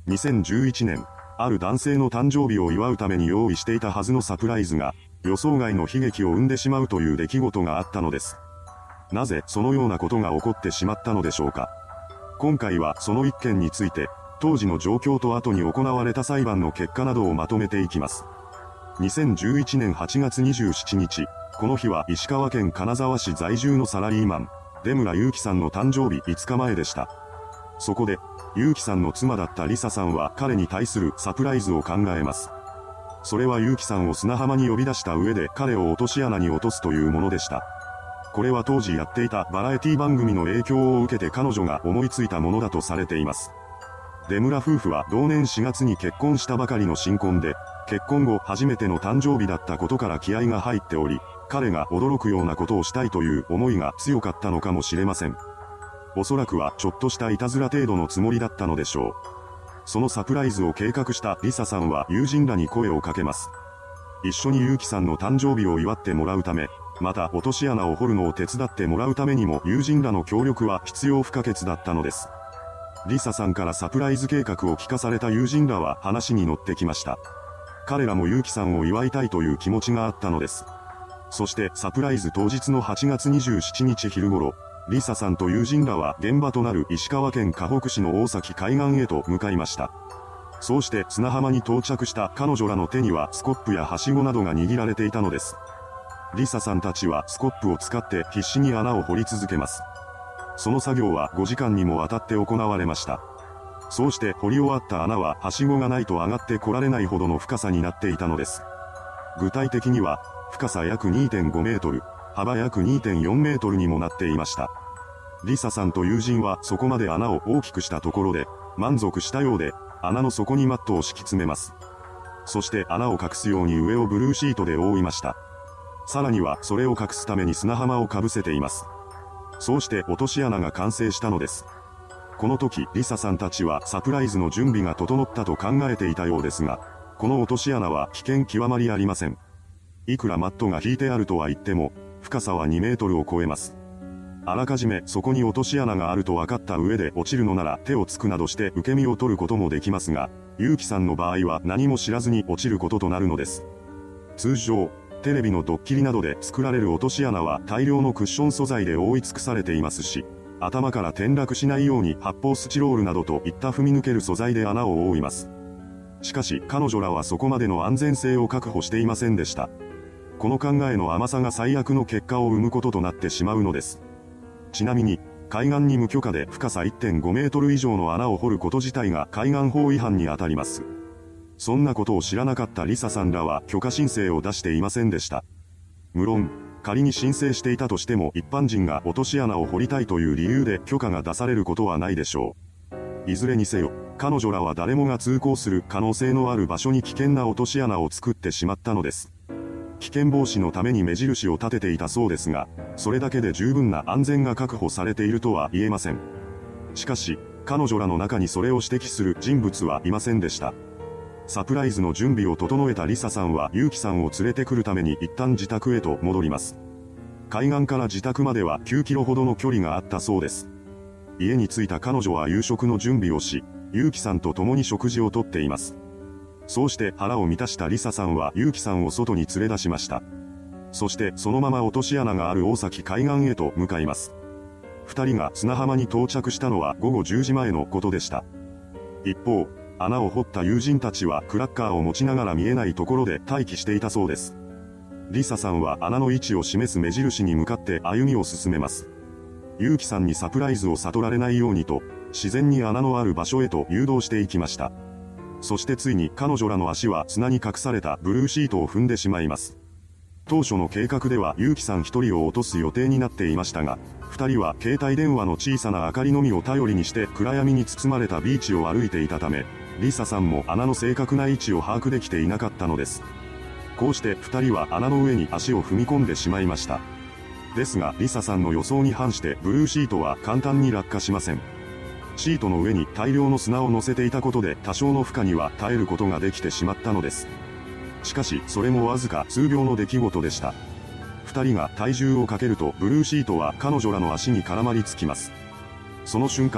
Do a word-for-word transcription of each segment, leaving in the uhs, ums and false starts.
にせんじゅういちねん、ある男性の誕生日を祝うために用意していたはずのサプライズが、予想外の悲劇を生んでしまうという出来事があったのです。なぜそのようなことが起こってしまったのでしょうか。今回はその一件について、当時の状況と後に行われた裁判の結果などをまとめていきます。にせんじゅういちねんはちがつにじゅうしちにち、この日は石川県金沢市在住のサラリーマン、出村祐樹さんの誕生日いつかまえでした。そこで、祐樹さんの妻だったリサさんは彼に対するサプライズを考えます。それは祐樹さんを砂浜に呼び出した上で彼を落とし穴に落とすというものでした。これは当時やっていたバラエティ番組の影響を受けて彼女が思いついたものだとされています。出村夫婦は同年しがつに結婚したばかりの新婚で、結婚後初めての誕生日だったことから気合が入っており、彼が驚くようなことをしたいという思いが強かったのかもしれません。おそらくはちょっとしたいたずら程度のつもりだったのでしょう。そのサプライズを計画したリサさんは友人らに声をかけます。一緒に祐樹さんの誕生日を祝ってもらうため、また落とし穴を掘るのを手伝ってもらうためにも友人らの協力は必要不可欠だったのです。リサさんからサプライズ計画を聞かされた友人らは話に乗ってきました。彼らも祐樹さんを祝いたいという気持ちがあったのです。そしてサプライズ当日のはちがつにじゅうしちにち昼頃、リサさんと友人らは現場となる石川県かほく市の大崎海岸へと向かいました。そうして砂浜に到着した彼女らの手にはスコップやはしごなどが握られていたのです。リサさんたちはスコップを使って必死に穴を掘り続けます。その作業はごじかんにもわたって行われました。そうして掘り終わった穴ははしごがないと上がってこられないほどの深さになっていたのです。具体的には、深さ約 にてんごメートル、幅約 にてんよんメートルにもなっていました。リサさんと友人はそこまで穴を大きくしたところで、満足したようで、穴の底にマットを敷き詰めます。そして穴を隠すように上をブルーシートで覆いました。さらにはそれを隠すために砂浜をかぶせています。そうして落とし穴が完成したのです。この時、リサさんたちはサプライズの準備が整ったと考えていたようですが、この落とし穴は危険極まりありません。いくらマットが引いてあるとは言っても、深さはにメートルを超えます。あらかじめそこに落とし穴があると分かった上で落ちるのなら手をつくなどして受け身を取ることもできますが、祐樹さんの場合は何も知らずに落ちることとなるのです。通常、テレビのドッキリなどで作られる落とし穴は大量のクッション素材で覆い尽くされていますし、頭から転落しないように発泡スチロールなどといった踏み抜ける素材で穴を覆います。しかし彼女らはそこまでの安全性を確保していませんでした。この考えの甘さが最悪の結果を生むこととなってしまうのです。ちなみに、海岸に無許可で深さ いってんごメートル以上の穴を掘ること自体が海岸法違反にあたります。そんなことを知らなかったリサさんらは許可申請を出していませんでした。無論、仮に申請していたとしても一般人が落とし穴を掘りたいという理由で許可が出されることはないでしょう。いずれにせよ、彼女らは誰もが通行する可能性のある場所に危険な落とし穴を作ってしまったのです。危険防止のために目印を立てていたそうですが、それだけで十分な安全が確保されているとは言えません。しかし、彼女らの中にそれを指摘する人物はいませんでした。サプライズの準備を整えたリサさんは祐樹さんを連れてくるために一旦自宅へと戻ります。海岸から自宅まではきゅうキロほどの距離があったそうです。家に着いた彼女は夕食の準備をし、祐樹さんと共に食事をとっています。そうして腹を満たしたリサさんは祐樹さんを外に連れ出しました。そしてそのまま落とし穴がある大崎海岸へと向かいます。二人が砂浜に到着したのはごごじゅうじまえのことでした。一方、穴を掘った友人たちはクラッカーを持ちながら見えないところで待機していたそうです。リサさんは穴の位置を示す目印に向かって歩みを進めます。祐樹さんにサプライズを悟られないようにと、自然に穴のある場所へと誘導していきました。そしてついに彼女らの足は砂に隠されたブルーシートを踏んでしまいます。当初の計画では祐樹さん一人を落とす予定になっていましたが、二人は携帯電話の小さな明かりのみを頼りにして暗闇に包まれたビーチを歩いていたため、リサさんも穴の正確な位置を把握できていなかったのです。こうして二人は穴の上に足を踏み込んでしまいました。ですがリサさんの予想に反してブルーシートは簡単に落下しません。シートの上に大量の砂を乗せていたことで多少の負荷には耐えることができてしまったのです。しかしそれもわずか数秒の出来事でした。二人が体重をかけるとブルーシートは彼女らの足に絡まりつきます。その瞬間、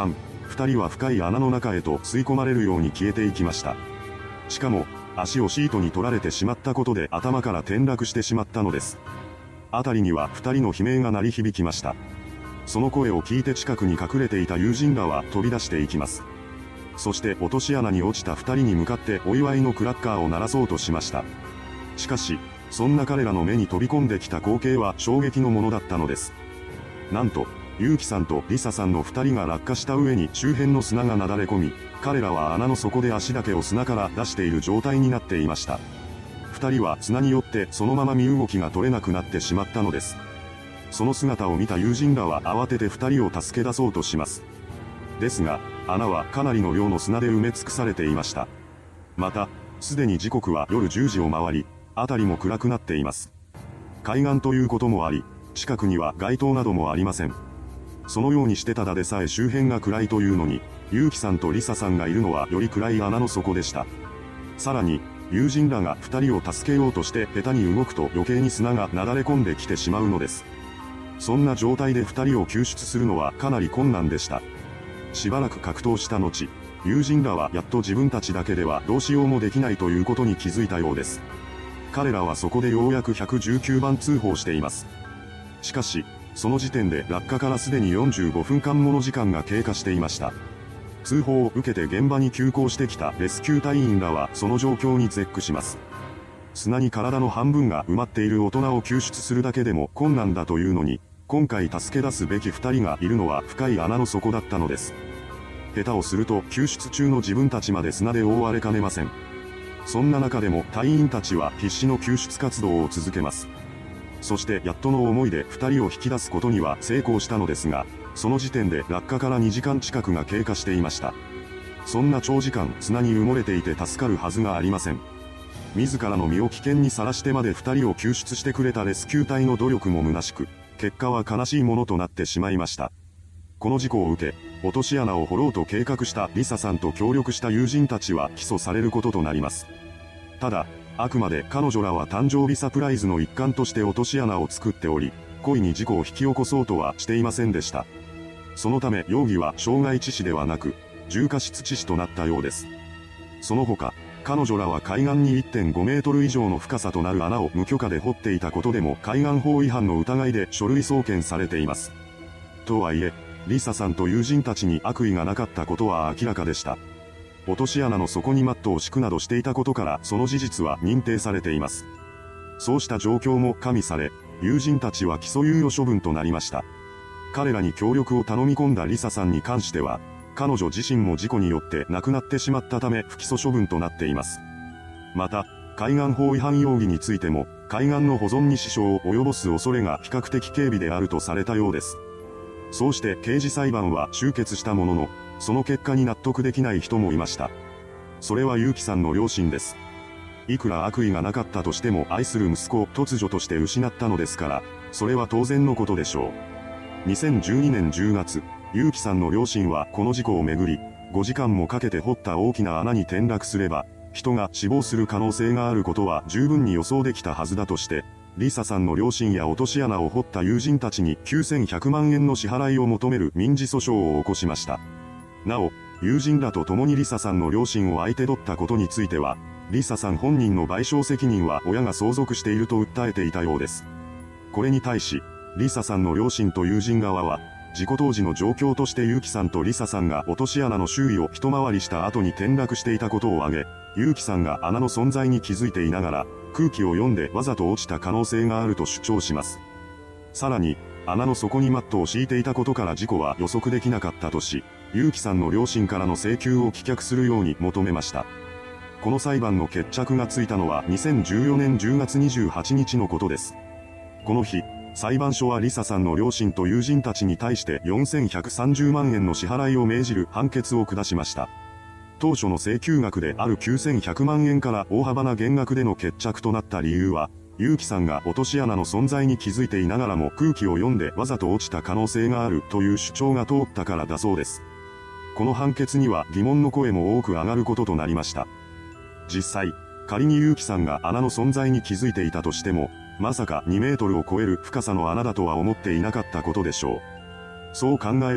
二人は深い穴の中へと吸い込まれるように消えていきました。しかも、足をシートに取られてしまったことで頭から転落してしまったのです。辺りには二人の悲鳴が鳴り響きました。その声を聞いて近くに隠れていた友人らは飛び出していきます。そして落とし穴に落ちた二人に向かってお祝いのクラッカーを鳴らそうとしました。しかし、そんな彼らの目に飛び込んできた光景は衝撃のものだったのです。なんと、ゆうきさんとりささんの二人が落下した上に周辺の砂がなだれ込み、彼らは穴の底で足だけを砂から出している状態になっていました。二人は砂によってそのまま身動きが取れなくなってしまったのです。その姿を見た友人らは慌てて二人を助け出そうとします。ですが、穴はかなりの量の砂で埋め尽くされていました。また、すでに時刻は夜じゅうじを回り、辺りも暗くなっています。海岸ということもあり、近くには街灯などもありません。そのようにしてただでさえ周辺が暗いというのに、ゆうきさんとりささんがいるのはより暗い穴の底でした。さらに、友人らが二人を助けようとして下手に動くと余計に砂がなだれ込んできてしまうのです。そんな状態で二人を救出するのはかなり困難でした。しばらく格闘した後、友人らはやっと自分たちだけではどうしようもできないということに気づいたようです。彼らはそこでようやくひゃくじゅうきゅうばん通報しています。しかし、その時点で落下からすでによんじゅうごふんかんもの時間が経過していました。通報を受けて現場に急行してきたレスキュー隊員らはその状況に絶句します。砂に体の半分が埋まっている大人を救出するだけでも困難だというのに、今回助け出すべき二人がいるのは深い穴の底だったのです。下手をすると救出中の自分たちまで砂で覆われかねません。そんな中でも隊員たちは必死の救出活動を続けます。そしてやっとの思いで二人を引き出すことには成功したのですが、その時点で落下からにじかん近くが経過していました。そんな長時間砂に埋もれていて助かるはずがありません。自らの身を危険にさらしてまで二人を救出してくれたレスキュー隊の努力も虚しく、結果は悲しいものとなってしまいました。この事故を受け、落とし穴を掘ろうと計画したリサさんと協力した友人たちは起訴されることとなります。ただ、あくまで彼女らは誕生日サプライズの一環として落とし穴を作っており、故意に事故を引き起こそうとはしていませんでした。そのため容疑は傷害致死ではなく、重過失致死となったようです。その他、彼女らは海岸に いってんごメートル以上の深さとなる穴を無許可で掘っていたことでも海岸法違反の疑いで書類送検されています。とはいえ、リサさんと友人たちに悪意がなかったことは明らかでした。落とし穴の底にマットを敷くなどしていたことからその事実は認定されています。そうした状況も加味され、友人たちは起訴猶予処分となりました。彼らに協力を頼み込んだリサさんに関しては、彼女自身も事故によって亡くなってしまったため不起訴処分となっています。また、海岸法違反容疑についても、海岸の保存に支障を及ぼす恐れが比較的軽微であるとされたようです。そうして刑事裁判は終結したものの、その結果に納得できない人もいました。それはゆうきさんの両親です。いくら悪意がなかったとしても愛する息子を突如として失ったのですから、それは当然のことでしょう。にせんじゅうにねんじゅうがつ、ゆうきさんの両親はこの事故をめぐり、ごじかんもかけて掘った大きな穴に転落すれば、人が死亡する可能性があることは十分に予想できたはずだとして、リサさんの両親や落とし穴を掘った友人たちにきゅうせんひゃくまんえんの支払いを求める民事訴訟を起こしました。なお、友人らと共にリサさんの両親を相手取ったことについては、リサさん本人の賠償責任は親が相続していると訴えていたようです。これに対し、リサさんの両親と友人側は、事故当時の状況としてゆうきさんとリサさんが落とし穴の周囲を一回りした後に転落していたことを挙げ、ゆうきさんが穴の存在に気づいていながら、空気を読んでわざと落ちた可能性があると主張します。さらに、穴の底にマットを敷いていたことから事故は予測できなかったとし、ゆうきさんの両親からの請求を棄却するように求めました。この裁判の決着がついたのはにせんじゅうよねんじゅうがつにじゅうはちにちのことです。この日、裁判所はリサさんの両親と友人たちに対してよんせんひゃくさんじゅうまんえんの支払いを命じる判決を下しました。当初の請求額であるきゅうせんひゃくまんえんから大幅な減額での決着となった理由は、ゆうきさんが落とし穴の存在に気づいていながらも空気を読んでわざと落ちた可能性があるという主張が通ったからだそうです。この判決には疑問の声も多く上がることとなりました。実際、仮にゆうきさんが穴の存在に気づいていたとしても、まさかにメートルを超える深さの穴だとは思っていなかったことでしょう。そう考えると、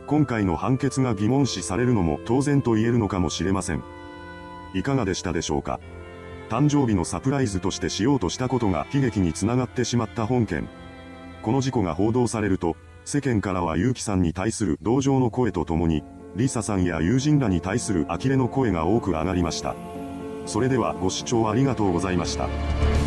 今回の判決が疑問視されるのも当然と言えるのかもしれません。いかがでしたでしょうか。誕生日のサプライズとしてしようとしたことが悲劇につながってしまった本件。この事故が報道されると、世間からは結城さんに対する同情の声とともに、リサさんや友人らに対する呆れの声が多く上がりました。それではご視聴ありがとうございました。